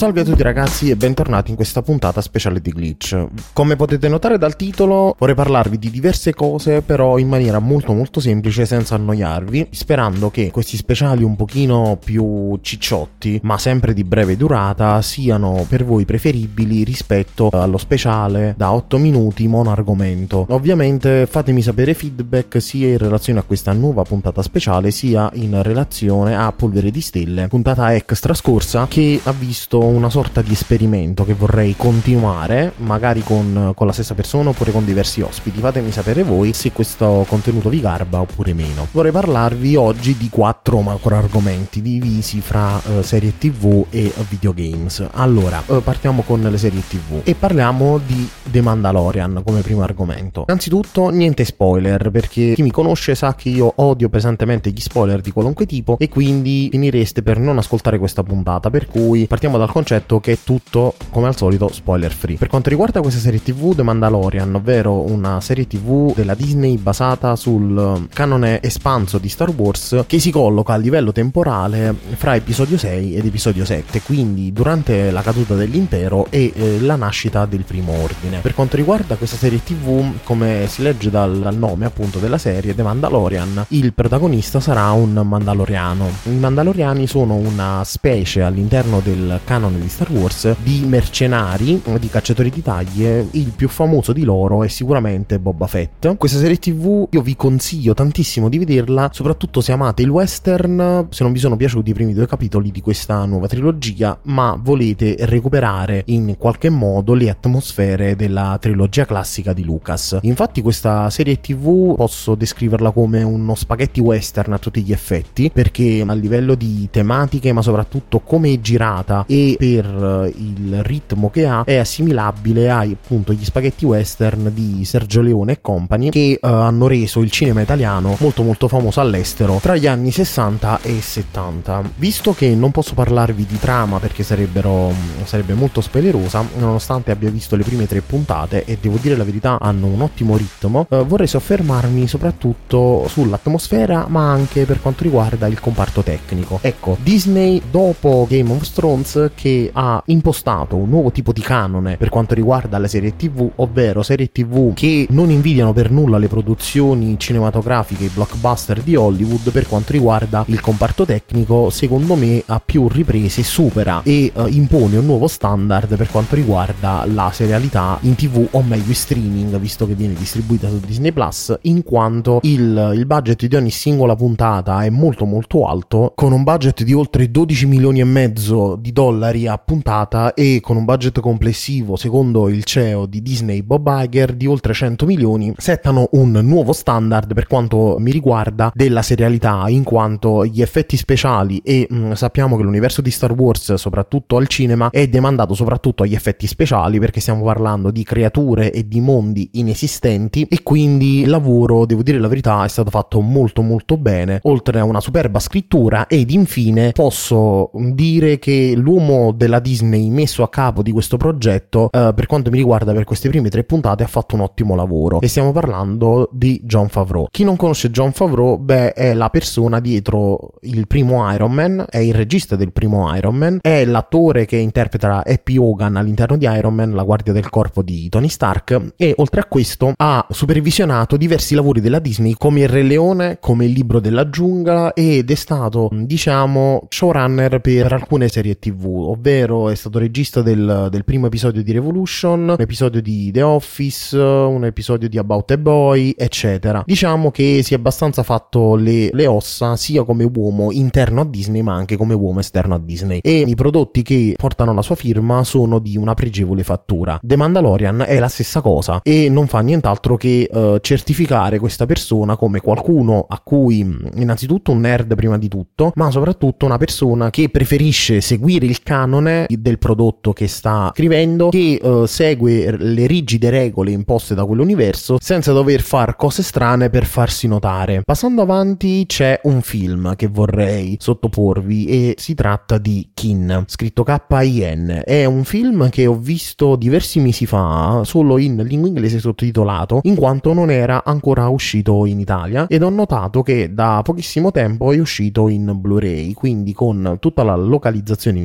Salve a tutti ragazzi e bentornati in questa puntata speciale di Glitch. Come potete notare dal titolo, vorrei parlarvi di diverse cose, però in maniera molto semplice, senza annoiarvi, sperando che questi speciali un pochino più cicciotti, ma sempre di breve durata, siano per voi preferibili rispetto allo speciale da 8 minuti monoargomento. Ovviamente fatemi sapere feedback sia in relazione a questa nuova puntata speciale, sia in relazione a Polvere di Stelle, puntata extra scorsa che ha visto una sorta di esperimento che vorrei continuare, magari con la stessa persona oppure con diversi ospiti. Fatemi sapere voi se questo contenuto vi garba oppure meno. Vorrei parlarvi oggi di 4 macro argomenti divisi fra serie TV e videogames. Allora, partiamo con le serie TV e parliamo di The Mandalorian come primo argomento. Innanzitutto niente spoiler, perché chi mi conosce sa che io odio pesantemente gli spoiler di qualunque tipo e quindi finireste per non ascoltare questa puntata, per cui partiamo dal concetto che è tutto, come al solito, spoiler free. Per quanto riguarda questa serie TV The Mandalorian, ovvero una serie TV della Disney basata sul canone espanso di Star Wars, che si colloca a livello temporale fra episodio 6 ed episodio 7, quindi durante la caduta dell'impero e la nascita del primo ordine. Per quanto riguarda questa serie TV, come si legge dal nome appunto della serie, The Mandalorian, il protagonista sarà un mandaloriano. I mandaloriani sono una specie all'interno del canone di Star Wars di mercenari, di cacciatori di taglie. Il più famoso di loro è sicuramente Boba Fett. Questa serie TV io vi consiglio tantissimo di vederla, soprattutto se amate il western, se non vi sono piaciuti i primi 2 capitoli di questa nuova trilogia, ma volete recuperare in qualche modo le atmosfere della trilogia classica di Lucas. Infatti questa serie TV posso descriverla come uno spaghetti western a tutti gli effetti, perché a livello di tematiche, ma soprattutto come è girata e per il ritmo che ha, è assimilabile ai appunto gli spaghetti western di Sergio Leone e compagni, che hanno reso il cinema italiano molto famoso all'estero tra gli anni 60 e 70. Visto che non posso parlarvi di trama perché sarebbe molto spoilerosa, nonostante abbia visto le prime 3 puntate e devo dire la verità hanno un ottimo ritmo, vorrei soffermarmi soprattutto sull'atmosfera, ma anche per quanto riguarda il comparto tecnico. Ecco, Disney dopo Game of Thrones, che ha impostato un nuovo tipo di canone per quanto riguarda le serie TV, ovvero serie TV che non invidiano per nulla le produzioni cinematografiche, i blockbuster di Hollywood per quanto riguarda il comparto tecnico, secondo me a più riprese supera e impone un nuovo standard per quanto riguarda la serialità in TV, o meglio in streaming, visto che viene distribuita su Disney Plus, in quanto il budget di ogni singola puntata è molto alto, con un budget di oltre 12 milioni e mezzo di dollari a puntata e con un budget complessivo, secondo il CEO di Disney Bob Iger, di oltre 100 milioni, settano un nuovo standard per quanto mi riguarda della serialità, in quanto gli effetti speciali e sappiamo che l'universo di Star Wars, soprattutto al cinema, è demandato soprattutto agli effetti speciali, perché stiamo parlando di creature e di mondi inesistenti, e quindi il lavoro, devo dire la verità, è stato fatto molto bene, oltre a una superba scrittura. Ed infine posso dire che l'uomo della Disney messo a capo di questo progetto, per quanto mi riguarda, per queste prime 3 puntate ha fatto un ottimo lavoro, e stiamo parlando di Jon Favreau. Chi non conosce Jon Favreau, è la persona dietro il primo Iron Man, è il regista del primo Iron Man, è l'attore che interpreta Happy Hogan all'interno di Iron Man, la guardia del corpo di Tony Stark, e oltre a questo ha supervisionato diversi lavori della Disney come Il Re Leone, come Il Libro della Giungla, ed è stato, diciamo, showrunner per alcune serie TV, ovvero è stato regista del primo episodio di Revolution, un episodio di The Office, un episodio di About a Boy, eccetera. Diciamo che si è abbastanza fatto le ossa sia come uomo interno a Disney, ma anche come uomo esterno a Disney, e i prodotti che portano la sua firma sono di una pregevole fattura. The Mandalorian è la stessa cosa e non fa nient'altro che certificare questa persona come qualcuno a cui, innanzitutto, un nerd prima di tutto, ma soprattutto una persona che preferisce seguire il canone del prodotto che sta scrivendo, che segue le rigide regole imposte da quell'universo senza dover far cose strane per farsi notare. Passando avanti, c'è un film che vorrei sottoporvi e si tratta di Kin, scritto K-I-N. È un film che ho visto diversi mesi fa solo in lingua inglese sottotitolato, in quanto non era ancora uscito in Italia, ed ho notato che da pochissimo tempo è uscito in Blu-ray, quindi con tutta la localizzazione in italiano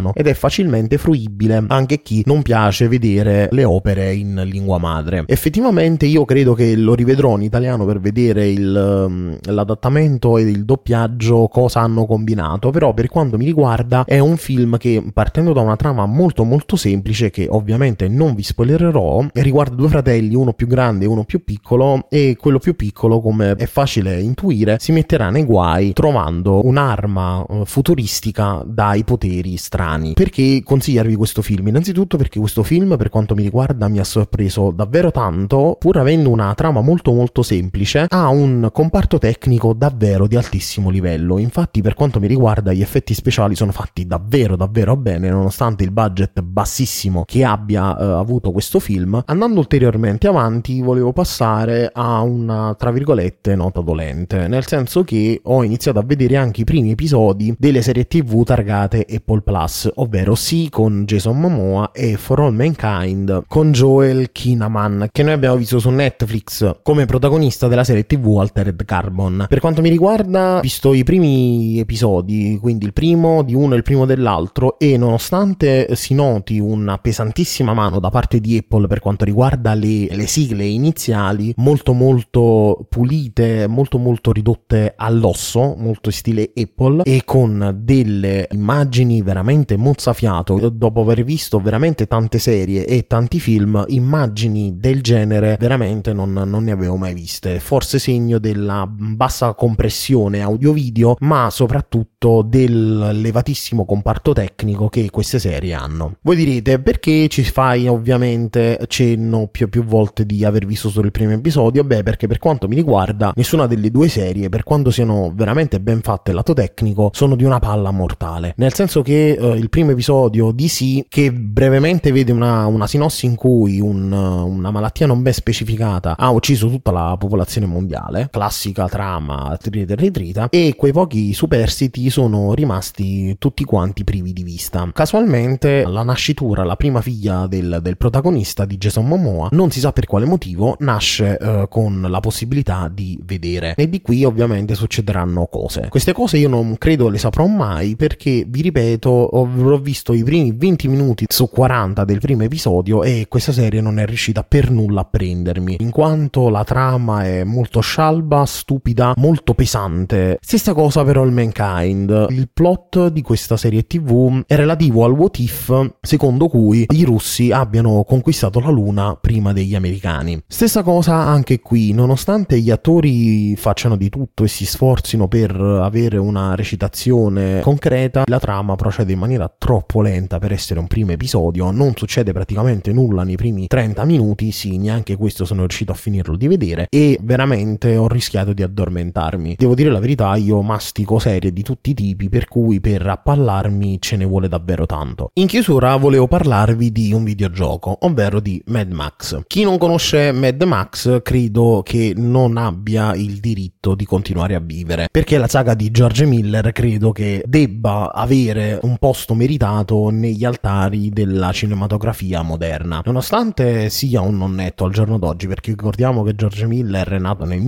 italiano ed è facilmente fruibile anche a chi non piace vedere le opere in lingua madre. Effettivamente io credo che lo rivedrò in italiano per vedere l'adattamento e il doppiaggio cosa hanno combinato, però per quanto mi riguarda è un film che, partendo da una trama molto molto semplice, che ovviamente non vi spoilererò, riguarda due fratelli, uno più grande e uno più piccolo, e quello più piccolo, come è facile intuire, si metterà nei guai trovando un'arma futuristica dai poteri strani. Perché consigliarvi questo film? Innanzitutto perché questo film, per quanto mi riguarda, mi ha sorpreso davvero tanto, pur avendo una trama molto molto semplice, ha un comparto tecnico davvero di altissimo livello. Infatti, per quanto mi riguarda, gli effetti speciali sono fatti davvero davvero bene, nonostante il budget bassissimo che abbia avuto questo film. Andando ulteriormente avanti, volevo passare a una, tra virgolette, nota dolente, nel senso che ho iniziato a vedere anche i primi episodi delle serie TV targate Apple Plus, ovvero Sì con Jason Momoa e For All Mankind con Joel Kinnaman, che noi abbiamo visto su Netflix come protagonista della serie TV Altered Carbon. Per quanto mi riguarda, ho visto i primi episodi, quindi il primo di uno e il primo dell'altro, e nonostante si noti una pesantissima mano da parte di Apple per quanto riguarda le sigle iniziali, molto molto pulite, molto molto ridotte all'osso, molto stile Apple, e con delle immagini veramente mozzafiato. Dopo aver visto veramente tante serie e tanti film, immagini del genere veramente non ne avevo mai viste, forse segno della bassa compressione audio-video, ma soprattutto dell'elevatissimo comparto tecnico che queste serie hanno. Voi direte, perché ci fai ovviamente cenno più volte di aver visto solo il primo episodio? Beh, perché per quanto mi riguarda nessuna delle due serie, per quanto siano veramente ben fatte lato tecnico, sono di una palla mortale, nel senso che il primo episodio di Sì, che brevemente vede una sinossi in cui una malattia non ben specificata ha ucciso tutta la popolazione mondiale, classica trama trita e ritrita, e quei pochi superstiti sono rimasti tutti quanti privi di vista. Casualmente la nascitura, la prima figlia del protagonista, di Jason Momoa, non si sa per quale motivo nasce con la possibilità di vedere, e di qui ovviamente succederanno cose. Queste cose io non credo le saprò mai, perché vi ripeto, avrò visto i primi 20 minuti su 40 del primo episodio e questa serie non è riuscita per nulla a prendermi, in quanto la trama è molto scialba, stupida, molto pesante. Stessa cosa per All Mankind. Il plot di questa serie TV è relativo al what if secondo cui i russi abbiano conquistato la luna prima degli americani. Stessa cosa anche qui, nonostante gli attori facciano di tutto e si sforzino per avere una recitazione concreta, la trama procede in maniera troppo lenta per essere un primo episodio, non succede praticamente nulla nei primi 30 minuti, sì, neanche questo sono riuscito a finirlo di vedere, e veramente ho rischiato di addormentarmi. Devo dire la verità, io mastico serie di tutti i tipi, per cui per appallarmi ce ne vuole davvero tanto. In chiusura volevo parlarvi di un videogioco, ovvero di Mad Max. Chi non conosce Mad Max credo che non abbia il diritto di continuare a vivere, perché la saga di George Miller credo che debba avere un posto meritato negli altari della cinematografia moderna, nonostante sia un non netto al giorno d'oggi, perché ricordiamo che George Miller è nato nel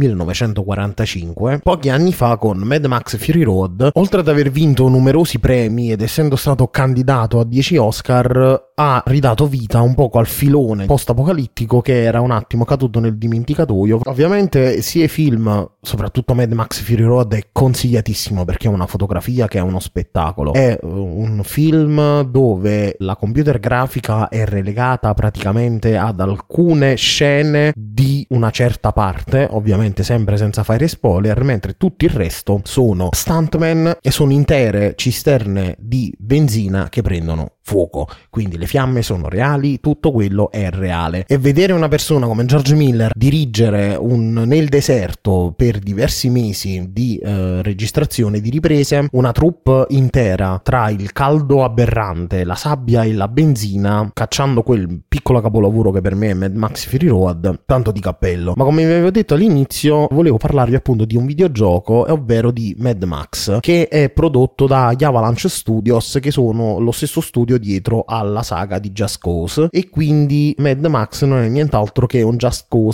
1945. Pochi anni fa, con Mad Max Fury Road, oltre ad aver vinto numerosi premi ed essendo stato candidato a 10 Oscar, ha ridato vita un poco al filone post-apocalittico che era un attimo caduto nel dimenticatoio. Ovviamente sia i film, soprattutto Mad Max Fury Road, è consigliatissimo perché è una fotografia che è uno spettacolo. È un film dove la computer grafica è relegata praticamente ad alcune scene di una certa parte, ovviamente sempre senza fare spoiler, mentre tutto il resto sono stuntman e sono intere cisterne di benzina che prendono fuoco, quindi le fiamme sono reali, tutto quello è reale. E vedere una persona come George Miller dirigere nel deserto per diversi mesi di registrazione, di riprese, una troupe intera tra il caldo aberrante, la sabbia e la benzina, cacciando quel piccolo capolavoro che per me è Mad Max Fury Road, tanto di cappello. Ma come vi avevo detto all'inizio, volevo parlarvi appunto di un videogioco, ovvero di Mad Max, che è prodotto dagli Avalanche Studios, che sono lo stesso studio dietro alla saga di Just Cause, e quindi Mad Max non è nient'altro che un Just Cause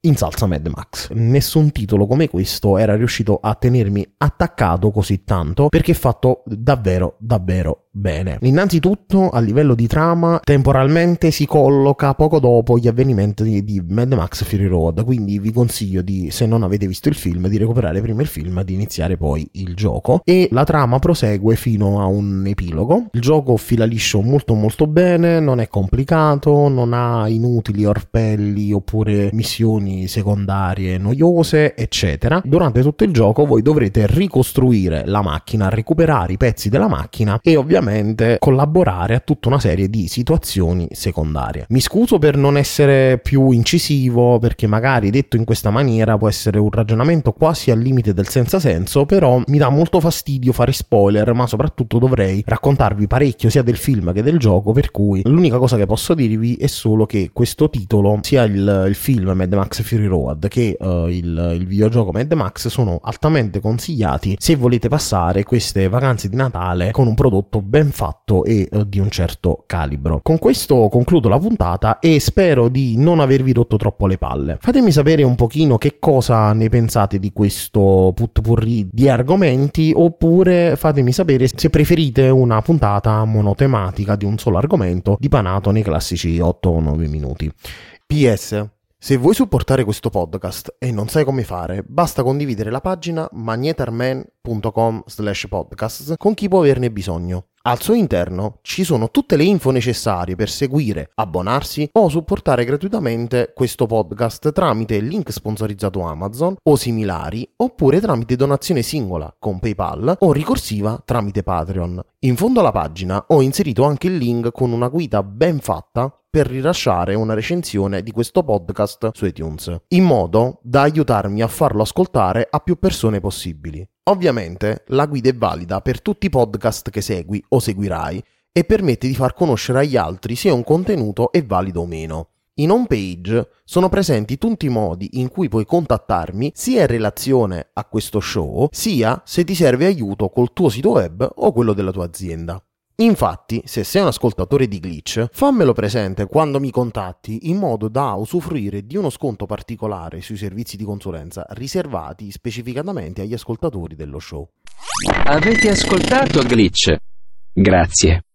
in salsa Mad Max. Nessun titolo come questo era riuscito a tenermi attaccato così tanto, perché è fatto davvero bene. Innanzitutto, a livello di trama, temporalmente si colloca poco dopo gli avvenimenti di Mad Max Fury Road, quindi vi consiglio di, se non avete visto il film, di recuperare prima il film, di iniziare poi il gioco, e la trama prosegue fino a un epilogo. Il gioco fila liscio molto bene, non è complicato, non ha inutili orpelli oppure missioni secondarie noiose, eccetera. Durante tutto il gioco voi dovrete ricostruire la macchina, recuperare i pezzi della macchina e ovviamente collaborare a tutta una serie di situazioni secondarie. Mi scuso per non essere più incisivo, perché magari detto in questa maniera può essere un ragionamento quasi al limite del senza senso, però mi dà molto fastidio fare spoiler, ma soprattutto dovrei raccontarvi parecchio sia del film che del gioco, per cui l'unica cosa che posso dirvi è solo che questo titolo, sia il film Mad Max Fury Road che il videogioco Mad Max, sono altamente consigliati se volete passare queste vacanze di Natale con un prodotto ben fatto e di un certo calibro. Con questo concludo la puntata e spero di non avervi rotto troppo le palle. Fatemi sapere un pochino che cosa ne pensate di questo putpurri di argomenti, oppure fatemi sapere se preferite una puntata monotematica di un solo argomento dipanato nei classici 8 o 9 minuti. PS: se vuoi supportare questo podcast e non sai come fare, basta condividere la pagina magnetarman.com/podcast con chi può averne bisogno. Al suo interno ci sono tutte le info necessarie per seguire, abbonarsi o supportare gratuitamente questo podcast tramite il link sponsorizzato Amazon o similari, oppure tramite donazione singola con PayPal o ricorsiva tramite Patreon. In fondo alla pagina ho inserito anche il link con una guida ben fatta per rilasciare una recensione di questo podcast su iTunes, in modo da aiutarmi a farlo ascoltare a più persone possibili. Ovviamente la guida è valida per tutti i podcast che segui o seguirai e permette di far conoscere agli altri se un contenuto è valido o meno. In home page sono presenti tutti i modi in cui puoi contattarmi, sia in relazione a questo show, sia se ti serve aiuto col tuo sito web o quello della tua azienda. Infatti, se sei un ascoltatore di Glitch, fammelo presente quando mi contatti, in modo da usufruire di uno sconto particolare sui servizi di consulenza riservati specificatamente agli ascoltatori dello show. Avete ascoltato Glitch? Grazie.